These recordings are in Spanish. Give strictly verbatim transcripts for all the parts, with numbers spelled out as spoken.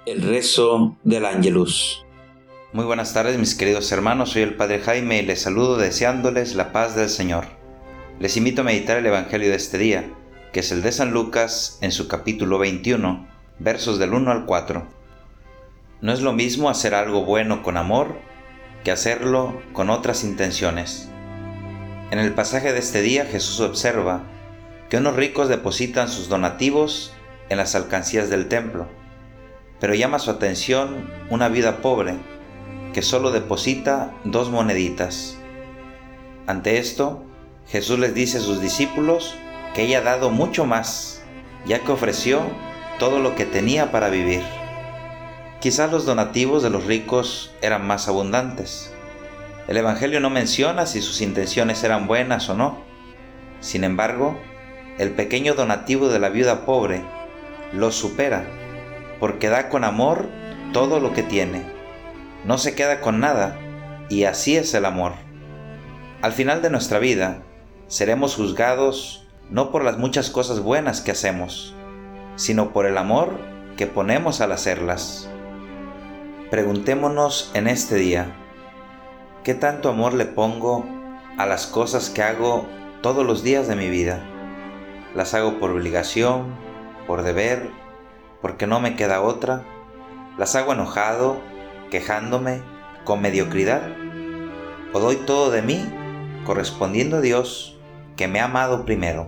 El rezo del Ángelus. Muy buenas tardes, mis queridos hermanos, soy el Padre Jaime y les saludo deseándoles la paz del Señor. Les invito a meditar el Evangelio de este día, que es el de San Lucas en su capítulo veintiuno, versos del uno al cuatro. No es lo mismo hacer algo bueno con amor que hacerlo con otras intenciones. En el pasaje de este día Jesús observa que unos ricos depositan sus donativos en las alcancías del templo, pero llama su atención una viuda pobre que solo deposita dos moneditas. Ante esto, Jesús les dice a sus discípulos que ella ha dado mucho más, ya que ofreció todo lo que tenía para vivir. Quizás los donativos de los ricos eran más abundantes. El Evangelio no menciona si sus intenciones eran buenas o no. Sin embargo, el pequeño donativo de la viuda pobre los supera, porque da con amor todo lo que tiene. No se queda con nada, y así es el amor. Al final de nuestra vida, seremos juzgados no por las muchas cosas buenas que hacemos, sino por el amor que ponemos al hacerlas. Preguntémonos en este día, ¿qué tanto amor le pongo a las cosas que hago todos los días de mi vida? ¿Las hago por obligación, por deber, porque no me queda otra? ¿Las hago enojado, quejándome, con mediocridad? ¿O doy todo de mí, correspondiendo a Dios, que me ha amado primero?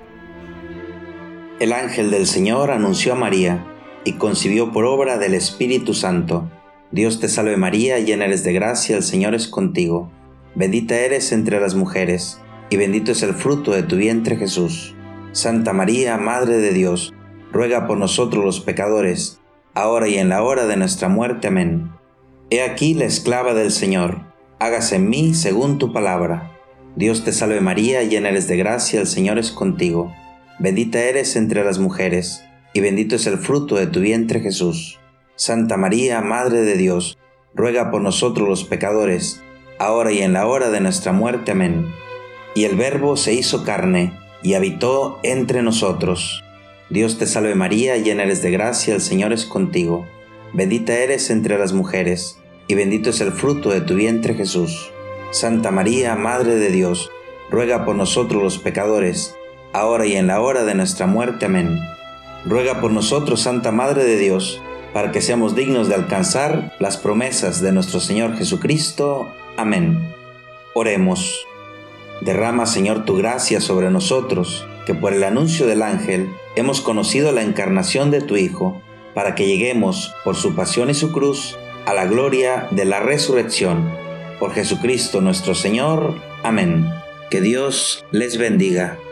El ángel del Señor anunció a María, y concibió por obra del Espíritu Santo. Dios te salve María, llena eres de gracia, el Señor es contigo. Bendita eres entre las mujeres, y bendito es el fruto de tu vientre Jesús. Santa María, Madre de Dios, ruega por nosotros los pecadores, ahora y en la hora de nuestra muerte. Amén. He aquí la esclava del Señor, hágase en mí según tu palabra. Dios te salve María, llena eres de gracia, el Señor es contigo. Bendita eres entre las mujeres, y bendito es el fruto de tu vientre Jesús. Santa María, Madre de Dios, ruega por nosotros los pecadores, ahora y en la hora de nuestra muerte. Amén. Y el Verbo se hizo carne, y habitó entre nosotros. Dios te salve María, llena eres de gracia, el Señor es contigo. Bendita eres entre las mujeres, y bendito es el fruto de tu vientre Jesús. Santa María, Madre de Dios, ruega por nosotros los pecadores, ahora y en la hora de nuestra muerte. Amén. Ruega por nosotros, Santa Madre de Dios, para que seamos dignos de alcanzar las promesas de nuestro Señor Jesucristo. Amén. Oremos. Derrama, Señor, tu gracia sobre nosotros, que por el anuncio del ángel hemos conocido la encarnación de tu Hijo, para que lleguemos, por su pasión y su cruz, a la gloria de la resurrección. Por Jesucristo nuestro Señor. Amén. Que Dios les bendiga.